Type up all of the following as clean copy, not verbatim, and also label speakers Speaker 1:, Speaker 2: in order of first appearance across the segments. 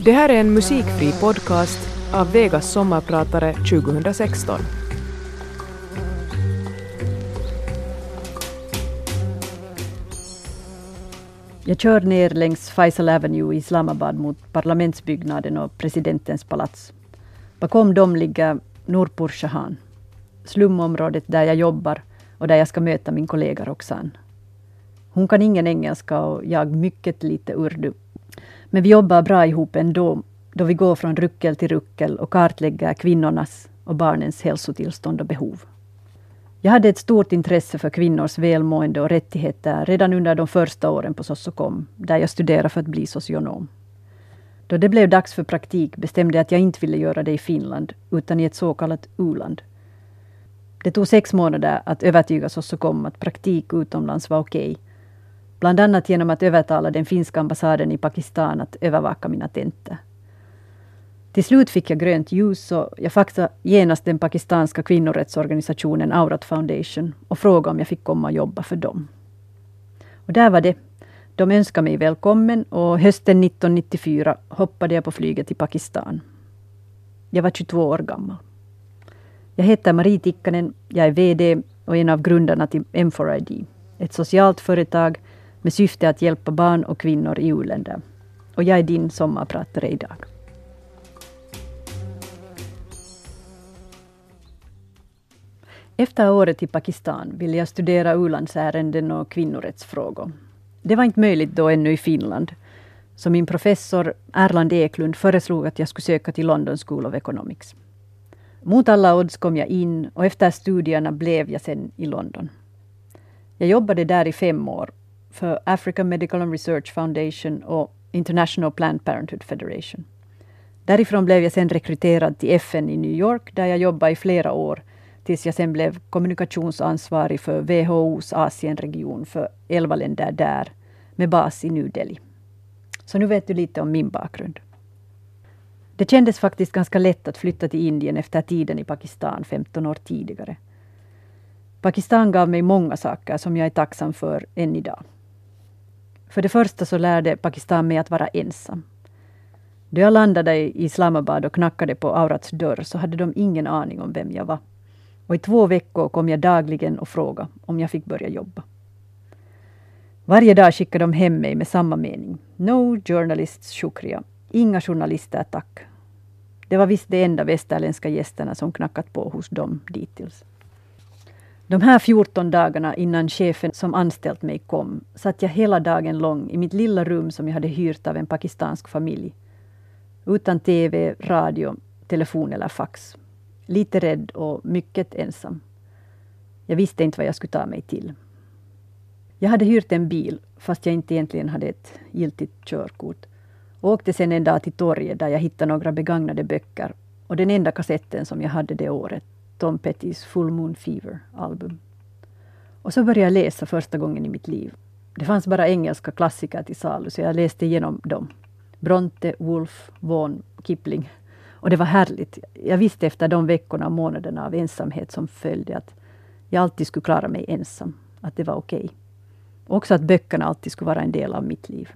Speaker 1: Det här är en musikfri podcast av Vegas sommarpratare 2016.
Speaker 2: Jag kör ner längs Faisal Avenue i Islamabad mot parlamentsbyggnaden och presidentens palats. Bakom dem ligger Nurpur Shahan, slumområdet där jag jobbar och där jag ska möta min kollega Roxanne. Hon kan ingen engelska och jag mycket lite urdu. Men vi jobbar bra ihop ändå, då vi går från ruckel till ruckel och kartlägger kvinnornas och barnens hälsotillstånd och behov. Jag hade ett stort intresse för kvinnors välmående och rättigheter redan under de första åren på Sossokom, där jag studerade för att bli socionom. Då det blev dags för praktik bestämde jag att jag inte ville göra det i Finland, utan i ett så kallat u-land. Det tog 6 månader att övertyga Sossokom att praktik utomlands var okej. Bland annat genom att övertala den finska ambassaden i Pakistan att övervaka mina tentor. Till slut fick jag grönt ljus och jag faxade genast den pakistanska kvinnorättsorganisationen Aurat Foundation och frågade om jag fick komma och jobba för dem. Och där var det. De önskade mig välkommen och hösten 1994 hoppade jag på flyget till Pakistan. Jag var 22 år gammal. Jag heter Marie Tikkanen, jag är VD och en av grundarna till M4ID, ett socialt företag med syfte att hjälpa barn och kvinnor i u-länder. Och jag är din sommarpratare idag. Efter året i Pakistan ville jag studera u-landsärenden och kvinnorättsfrågor. Det var inte möjligt då ännu i Finland. Så min professor Erland Eklund föreslog att jag skulle söka till London School of Economics. Mot alla odds kom jag in och efter studierna blev jag sen i London. Jag jobbade där i 5 år för African Medical and Research Foundation och International Planned Parenthood Federation. Därifrån blev jag sen rekryterad till FN i New York där jag jobbade i flera år tills jag sen blev kommunikationsansvarig för WHO:s Asienregion för 11 länder där med bas i New Delhi. Så nu vet du lite om min bakgrund. Det kändes faktiskt ganska lätt att flytta till Indien efter tiden i Pakistan 15 år tidigare. Pakistan gav mig många saker som jag är tacksam för än idag. För det första så lärde Pakistan mig att vara ensam. Då jag landade i Islamabad och knackade på Aurats dörr så hade de ingen aning om vem jag var. Och i 2 veckor kom jag dagligen och frågade om jag fick börja jobba. Varje dag skickade de hem mig med samma mening. No journalists shukriya. Inga journalister tack. Det var visst de enda västerländska gästerna som knackat på hos dem dittills. De här 14 dagarna innan chefen som anställt mig kom satt jag hela dagen lång i mitt lilla rum som jag hade hyrt av en pakistansk familj. Utan tv, radio, telefon eller fax. Lite rädd och mycket ensam. Jag visste inte vad jag skulle ta mig till. Jag hade hyrt en bil fast jag inte egentligen hade ett giltigt körkort. Och åkte sen en dag till torget där jag hittade några begagnade böcker och den enda kassetten som jag hade det året, Tom Pettys Full Moon Fever-album. Och så började jag läsa första gången i mitt liv. Det fanns bara engelska klassiker till salu så jag läste igenom dem. Bronte, Woolf, Vaughan, Kipling. Och det var härligt. Jag visste efter de veckorna och månaderna av ensamhet som följde att jag alltid skulle klara mig ensam. Att det var okej. Också att böckerna alltid skulle vara en del av mitt liv.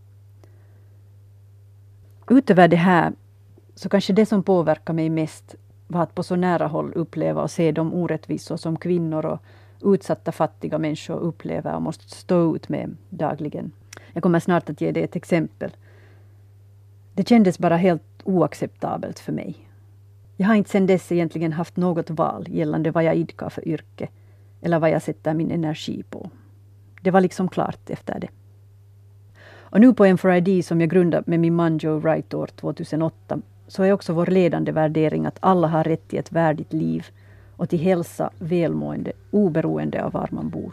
Speaker 2: Utöver det här så kanske det som påverkar mig mest var att på så nära håll uppleva och se de orättvisor som kvinnor och utsatta fattiga människor upplever och måste stå ut med dagligen. Jag kommer snart att ge dig ett exempel. Det kändes bara helt oacceptabelt för mig. Jag har inte sedan dess egentligen haft något val gällande vad jag idkar för yrke eller vad jag sätter min energi på. Det var liksom klart efter det. Och nu på M4ID som jag grundade med min man Joe Wright år 2008 så är också vår ledande värdering att alla har rätt till ett värdigt liv och till hälsa, välmående, oberoende av var man bor.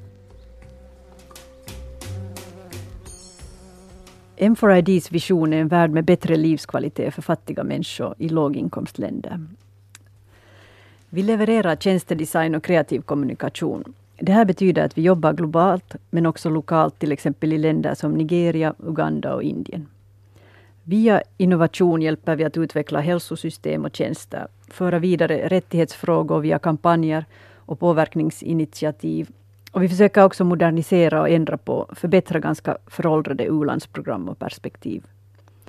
Speaker 2: M4IDs vision är en värld med bättre livskvalitet för fattiga människor i låginkomstländer. Vi levererar tjänstedesign och kreativ kommunikation. Det här betyder att vi jobbar globalt men också lokalt, till exempel i länder som Nigeria, Uganda och Indien. Via innovation hjälper vi att utveckla hälsosystem och tjänster, föra vidare rättighetsfrågor via kampanjer och påverkningsinitiativ. Och vi försöker också modernisera och ändra på, förbättra ganska föråldrade u-landsprogram och perspektiv.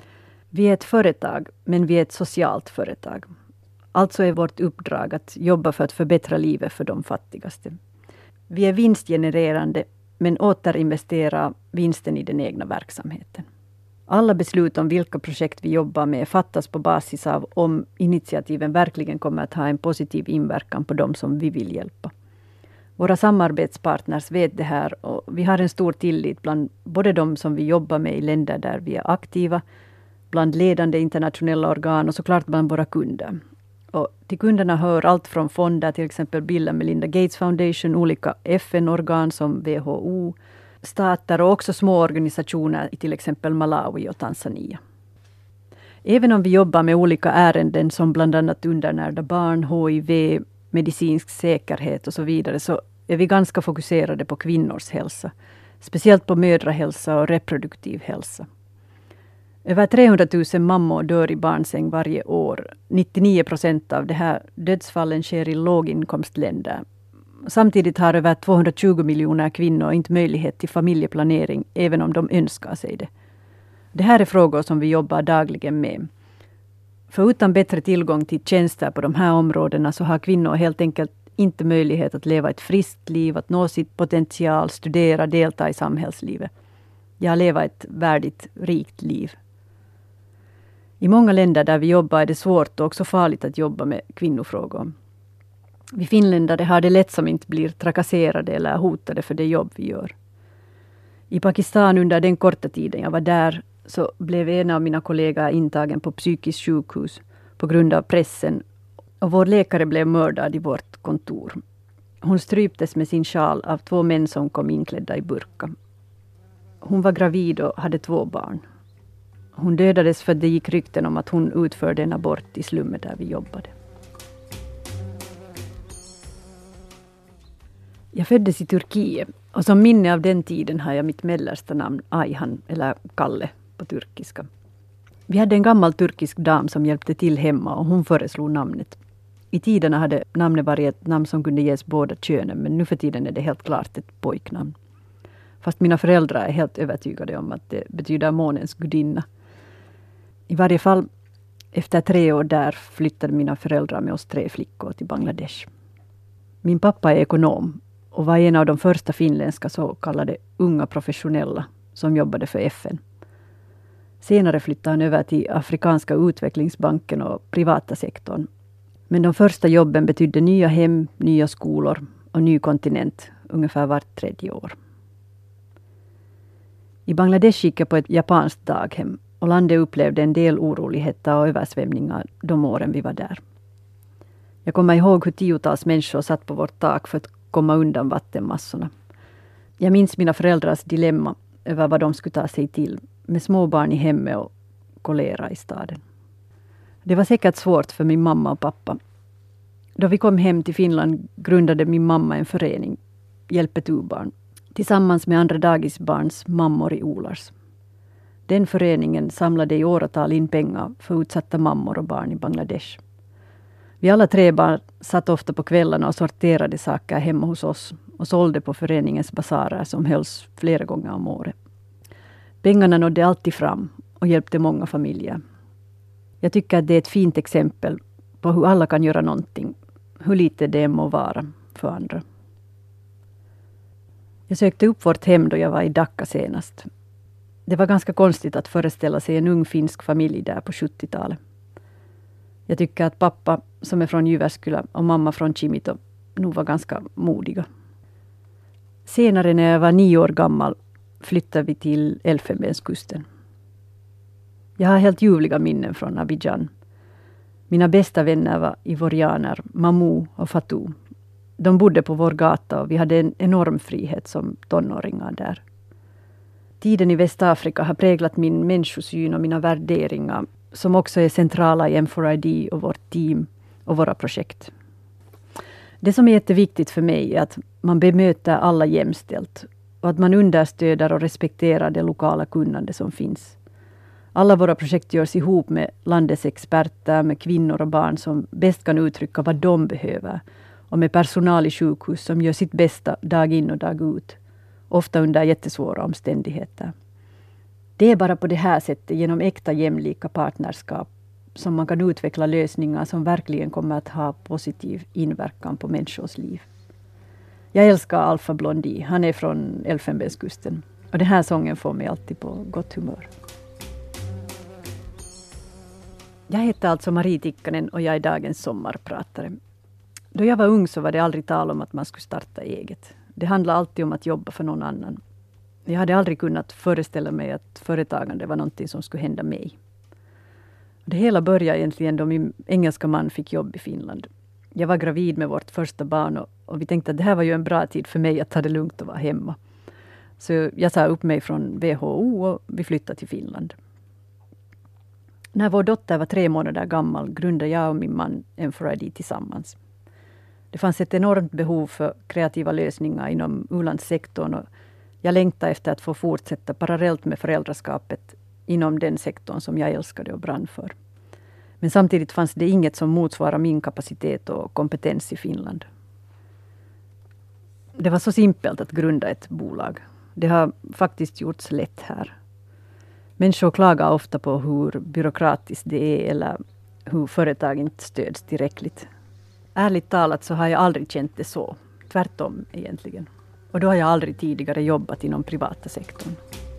Speaker 2: Vi är ett företag, men vi är ett socialt företag. Alltså är vårt uppdrag att jobba för att förbättra livet för de fattigaste. Vi är vinstgenererande, men återinvestera vinsten i den egna verksamheten. Alla beslut om vilka projekt vi jobbar med fattas på basis av om initiativen verkligen kommer att ha en positiv inverkan på dem som vi vill hjälpa. Våra samarbetspartners vet det här och vi har en stor tillit bland både de som vi jobbar med i länder där vi är aktiva, bland ledande internationella organ och såklart bland våra kunder. Och till kunderna hör allt från fonder, till exempel Bill & Melinda Gates Foundation, olika FN-organ som WHO, stater och också små organisationer i till exempel Malawi och Tanzania. Även om vi jobbar med olika ärenden som bland annat undernärda barn, HIV, medicinsk säkerhet och så vidare, så är vi ganska fokuserade på kvinnors hälsa, speciellt på mödrahälsa och reproduktiv hälsa. Över 300 000 mammor dör i barnsäng varje år. 99% av de här dödsfallen sker i låginkomstländer. Samtidigt har över 220 miljoner kvinnor inte möjlighet till familjeplanering, även om de önskar sig det. Det här är frågor som vi jobbar dagligen med. För utan bättre tillgång till tjänster på de här områdena så har kvinnor helt enkelt inte möjlighet att leva ett friskt liv, att nå sitt potential, studera, delta i samhällslivet. Ja, leva ett värdigt, rikt liv. I många länder där vi jobbar är det svårt och också farligt att jobba med kvinnofrågor. Vi finländare har det lätt som inte blir trakasserade eller hotade för det jobb vi gör. I Pakistan under den korta tiden jag var där så blev en av mina kollegor intagen på psykiskt sjukhus på grund av pressen och vår läkare blev mördad i vårt kontor. Hon stryptes med sin sjal av 2 män som kom inklädda i burka. Hon var gravid och hade 2 barn. Hon dödades för att det gick rykten om att hon utförde en abort i slummet där vi jobbade. Jag föddes i Turkiet och som minne av den tiden har jag mitt mellersta namn Ayhan eller Kalle på turkiska. Vi hade en gammal turkisk dam som hjälpte till hemma och hon föreslog namnet. I tiderna hade namnet varit ett namn som kunde ges båda könen, men nu för tiden är det helt klart ett pojknamn. Fast mina föräldrar är helt övertygade om att det betyder månens gudinna. I varje fall efter 3 år där flyttade mina föräldrar med oss 3 flickor till Bangladesh. Min pappa är ekonom och var en av de första finländska så kallade unga professionella som jobbade för FN. Senare flyttade han över till Afrikanska utvecklingsbanken och privata sektorn. Men de första jobben betydde nya hem, nya skolor och ny kontinent ungefär vart 3:e år. I Bangladesh gick jag på ett japanskt daghem och landet upplevde en del oroligheter och översvämningar de åren vi var där. Jag kommer ihåg hur 10-tals människor satt på vårt tak för att komma undan vattenmassorna. Jag minns mina föräldrars dilemma över vad de skulle ta sig till med små barn i hemmet och kolera i staden. Det var säkert svårt för min mamma och pappa. Då vi kom hem till Finland grundade min mamma en förening, Hjälpet U-barn, tillsammans med andra dagisbarns mammor i Olars. Den föreningen samlade i åratal in pengar för utsatta mammor och barn i Bangladesh. Vi alla 3 barn satt ofta på kvällarna och sorterade saker hemma hos oss och sålde på föreningens basarer som hölls flera gånger om året. Pengarna nådde alltid fram och hjälpte många familjer. Jag tycker att det är ett fint exempel på hur alla kan göra någonting, hur lite det må vara för andra. Jag sökte upp vårt hem då jag var i Dhaka senast. Det var ganska konstigt att föreställa sig en ung finsk familj där på 70-talet. Jag tycker att pappa, som är från Jyväskylä, och mamma från Kimito, nog var ganska modiga. Senare när jag var 9 år gammal flyttade vi till Elfenbenskusten. Jag har helt ljuvliga minnen från Abidjan. Mina bästa vänner var ivorianer, Mamou och Fatou. De bodde på vår gata och vi hade en enorm frihet som tonåringar där. Tiden i Västafrika har präglat min människosyn och mina värderingar som också är centrala i M4ID och vårt team och våra projekt. Det som är jätteviktigt för mig är att man bemöter alla jämställt och att man understöder och respekterar det lokala kunnande som finns. Alla våra projekt görs ihop med landets experter, med kvinnor och barn som bäst kan uttrycka vad de behöver och med personal i sjukhus som gör sitt bästa dag in och dag ut, ofta under jättesvåra omständigheter. Det är bara på det här sättet, genom äkta jämlika partnerskap, som man kan utveckla lösningar som verkligen kommer att ha positiv inverkan på människors liv. Jag älskar Alpha Blondie, han är från Elfenbenskusten. Och den här sången får mig alltid på gott humör. Jag heter alltså Marie Tikkanen och jag är dagens sommarpratare. Då jag var ung så var det aldrig tal om att man skulle starta eget. Det handlade alltid om att jobba för någon annan. Jag hade aldrig kunnat föreställa mig att företagande var någonting som skulle hända mig. Det hela började egentligen då min engelska man fick jobb i Finland. Jag var gravid med vårt första barn och vi tänkte att det här var ju en bra tid för mig att ta det lugnt och vara hemma. Så jag sa upp mig från WHO och vi flyttade till Finland. När vår dotter var 3 månader gammal grundade jag och min man M4ID tillsammans. Det fanns ett enormt behov för kreativa lösningar inom u-landssektorn och jag längtade efter att få fortsätta parallellt med föräldraskapet inom den sektorn som jag älskade och brann för. Men samtidigt fanns det inget som motsvarade min kapacitet och kompetens i Finland. Det var så simpelt att grunda ett bolag. Det har faktiskt gjorts lätt här. Människor klagar ofta på hur byråkratiskt det är eller hur företag inte stöds tillräckligt. Ärligt talat så har jag aldrig känt det så. Tvärtom egentligen. Och då har jag aldrig tidigare jobbat inom privata sektorn.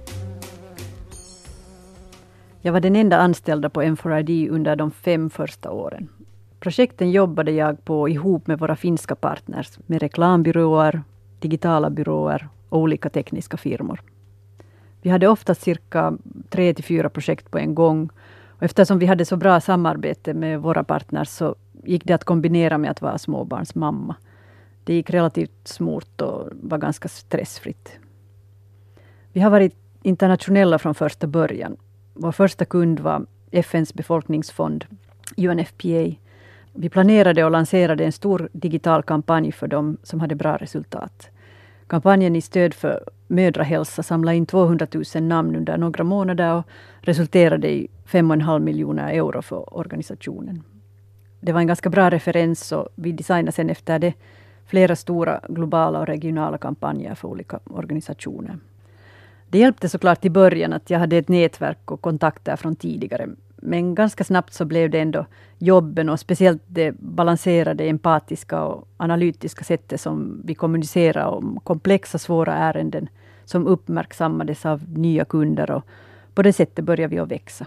Speaker 2: Jag var den enda anställda på M4ID under de 5 första åren. Projekten jobbade jag på ihop med våra finska partners, med reklambyråer, digitala byråer och olika tekniska firmor. Vi hade ofta cirka 3-4 projekt på en gång. Och eftersom vi hade så bra samarbete med våra partners så gick det att kombinera med att vara småbarnsmamma. Det gick relativt smort och var ganska stressfritt. Vi har varit internationella från första början. Vår första kund var FNs befolkningsfond, UNFPA. Vi planerade och lanserade en stor digital kampanj för dem som hade bra resultat. Kampanjen i stöd för mödrahälsa samlade in 200 000 namn under några månader och resulterade i 5,5 miljoner euro för organisationen. Det var en ganska bra referens och vi designade sedan efter det flera stora globala och regionala kampanjer för olika organisationer. Det hjälpte såklart i början att jag hade ett nätverk och kontakter från tidigare. Men ganska snabbt så blev det ändå jobben och speciellt det balanserade, empatiska och analytiska sättet som vi kommunicerar om komplexa, svåra ärenden som uppmärksammades av nya kunder och på det sättet började vi att växa.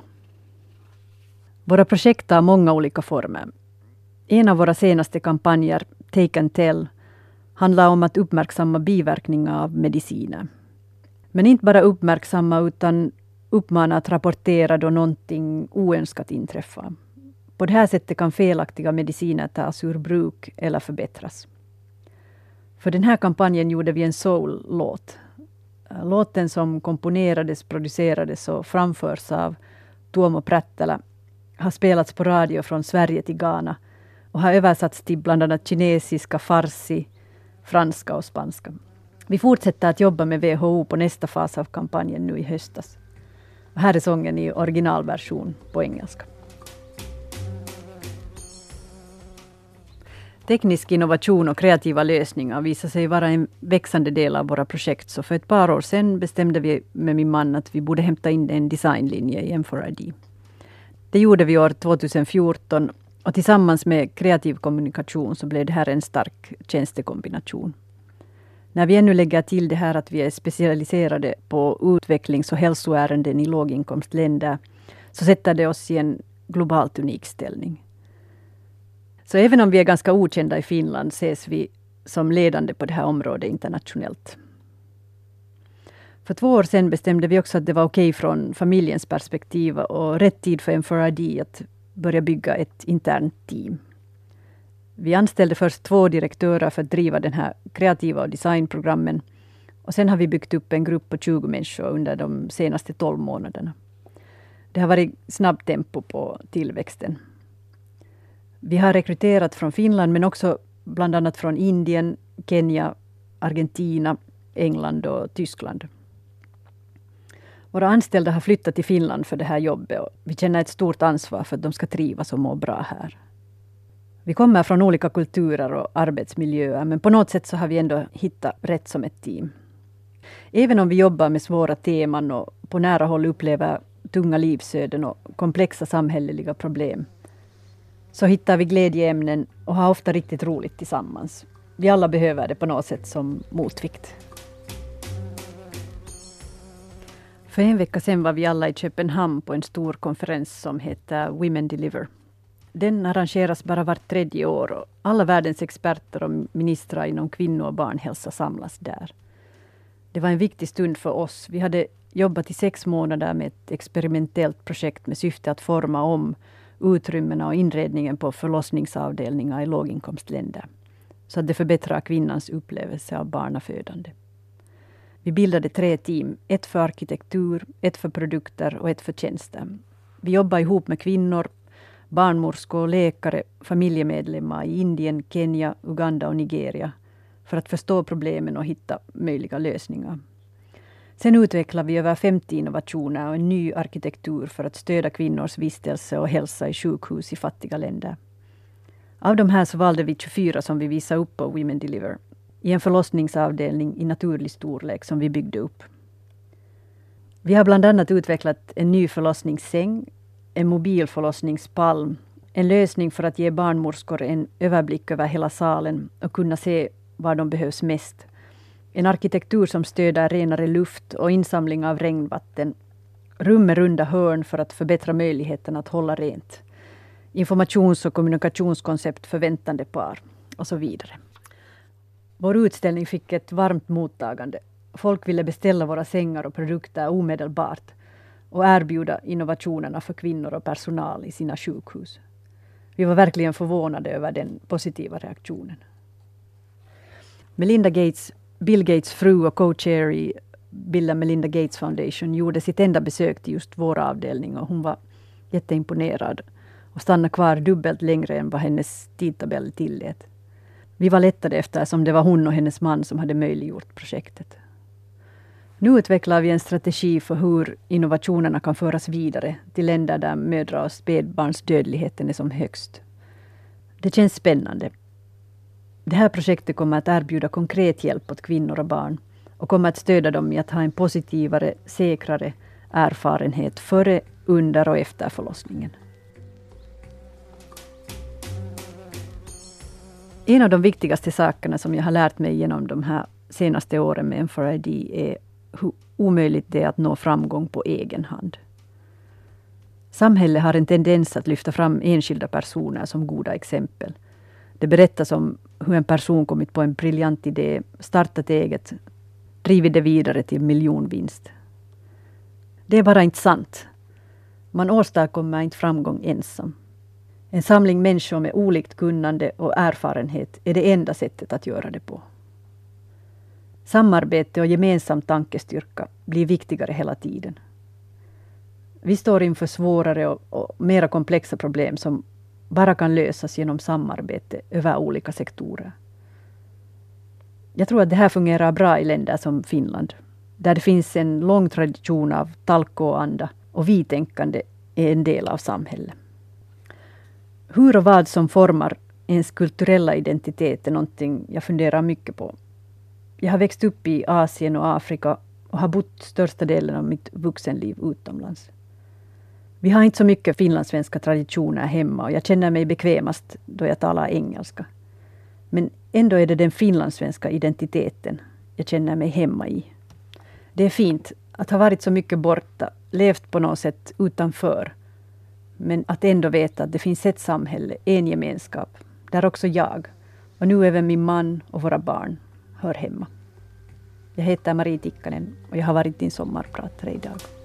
Speaker 2: Våra projekt har många olika former. En av våra senaste kampanjer, Take and Tell, handlar om att uppmärksamma biverkningar av mediciner. Men inte bara uppmärksamma utan uppmana att rapportera då någonting oönskat inträffar. På det här sättet kan felaktiga mediciner tas ur bruk eller förbättras. För den här kampanjen gjorde vi en soul-låt. Låten som komponerades, producerades och framförs av Tuomo Prättälä har spelats på radio från Sverige till Ghana och har översatts till bland annat kinesiska, farsi, franska och spanska. Vi fortsätter att jobba med WHO på nästa fas av kampanjen nu i höstas. Här är sången i originalversion på engelska. Teknisk innovation och kreativa lösningar visar sig vara en växande del av våra projekt. Så för ett par år sedan bestämde vi med min man att vi borde hämta in en designlinje i M4ID. Det gjorde vi år 2014 och tillsammans med kreativ kommunikation så blev det här en stark tjänstekombination. När vi ännu lägger till det här att vi är specialiserade på utvecklings- och hälsoärenden i låginkomstländer så sätter det oss i en globalt unik ställning. Så även om vi är ganska okända i Finland ses vi som ledande på det här området internationellt. För 2 år sedan bestämde vi också att det var okej från familjens perspektiv och rätt tid för M4ID att börja bygga ett internt team. Vi anställde först 2 direktörer för att driva den här kreativa och designprogrammen. Och sen har vi byggt upp en grupp på 20 människor under de senaste 12 månaderna. Det har varit snabbt tempo på tillväxten. Vi har rekryterat från Finland men också bland annat från Indien, Kenya, Argentina, England och Tyskland. Våra anställda har flyttat till Finland för det här jobbet och vi känner ett stort ansvar för att de ska trivas och må bra här. Vi kommer från olika kulturer och arbetsmiljöer men på något sätt så har vi ändå hittat rätt som ett team. Även om vi jobbar med svåra teman och på nära håll upplever tunga livsöden och komplexa samhälleliga problem, så hittar vi glädjeämnen och har ofta riktigt roligt tillsammans. Vi alla behöver det på något sätt som motvikt. För en vecka sedan var vi alla i Köpenhamn på en stor konferens som heter Women Deliver. Den arrangeras bara vart 3:e år och alla världens experter och ministrar inom kvinno- och barnhälsa samlas där. Det var en viktig stund för oss. Vi hade jobbat i 6 månader med ett experimentellt projekt med syfte att forma om utrymmena och inredningen på förlossningsavdelningar i låginkomstländer, så att det förbättrar kvinnans upplevelse av barnafödande. Vi bildade 3 team, ett för arkitektur, ett för produkter och ett för tjänster. Vi jobbar ihop med kvinnor, barnmorskor, läkare, familjemedlemmar i Indien, Kenya, Uganda och Nigeria för att förstå problemen och hitta möjliga lösningar. Sen utvecklar vi över 50 innovationer och en ny arkitektur för att stödja kvinnors vistelse och hälsa i sjukhus i fattiga länder. Av de här så valde vi 24 som vi visar upp på Women Deliver i en förlossningsavdelning i naturlig storlek som vi byggde upp. Vi har bland annat utvecklat en ny förlossningssäng, en mobil förlossningspalm, en lösning för att ge barnmorskor en överblick över hela salen och kunna se var de behövs mest. En arkitektur som stöder renare luft och insamling av regnvatten. Rum med runda hörn för att förbättra möjligheten att hålla rent. Informations- och kommunikationskoncept för väntande par och så vidare. Vår utställning fick ett varmt mottagande. Folk ville beställa våra sängar och produkter omedelbart och erbjuda innovationerna för kvinnor och personal i sina sjukhus. Vi var verkligen förvånade över den positiva reaktionen. Melinda Gates, Bill Gates fru och co-chair i Bill and Melinda Gates Foundation, gjorde sitt enda besök till just vår avdelning och hon var jätteimponerad och stannade kvar dubbelt längre än vad hennes tidtabell tillät. Vi var lättade eftersom det var hon och hennes man som hade möjliggjort projektet. Nu utvecklar vi en strategi för hur innovationerna kan föras vidare till länder där mödra- och spädbarnsdödligheten är som högst. Det känns spännande. Det här projektet kommer att erbjuda konkret hjälp åt kvinnor och barn och kommer att stödja dem i att ha en positivare, säkrare erfarenhet före, under och efter förlossningen. En av de viktigaste sakerna som jag har lärt mig genom de här senaste åren med M4ID är hur omöjligt det är att nå framgång på egen hand. Samhället har en tendens att lyfta fram enskilda personer som goda exempel. Det berättas om hur en person kommit på en briljant idé, startat eget, drivit det vidare till miljonvinst. Det är bara inte sant. Man åstadkommer inte framgång ensam. En samling människor med olikt kunnande och erfarenhet är det enda sättet att göra det på. Samarbete och gemensam tankestyrka blir viktigare hela tiden. Vi står inför svårare och mera komplexa problem som bara kan lösas genom samarbete över olika sektorer. Jag tror att det här fungerar bra i länder som Finland, där det finns en lång tradition av talkoanda och vitänkande är en del av samhället. Hur och vad som formar ens kulturella identitet är någonting jag funderar mycket på. Jag har växt upp i Asien och Afrika och har bott största delen av mitt vuxenliv utomlands. Vi har inte så mycket finlandssvenska traditioner hemma och jag känner mig bekvämast då jag talar engelska. Men ändå är det den finlandssvenska identiteten jag känner mig hemma i. Det är fint att ha varit så mycket borta, levt på något sätt utanför. Men att ändå veta att det finns ett samhälle, en gemenskap, där också jag och nu även min man och våra barn hör hemma. Jag heter Marie Tikkanen och jag har varit din sommarpratare idag.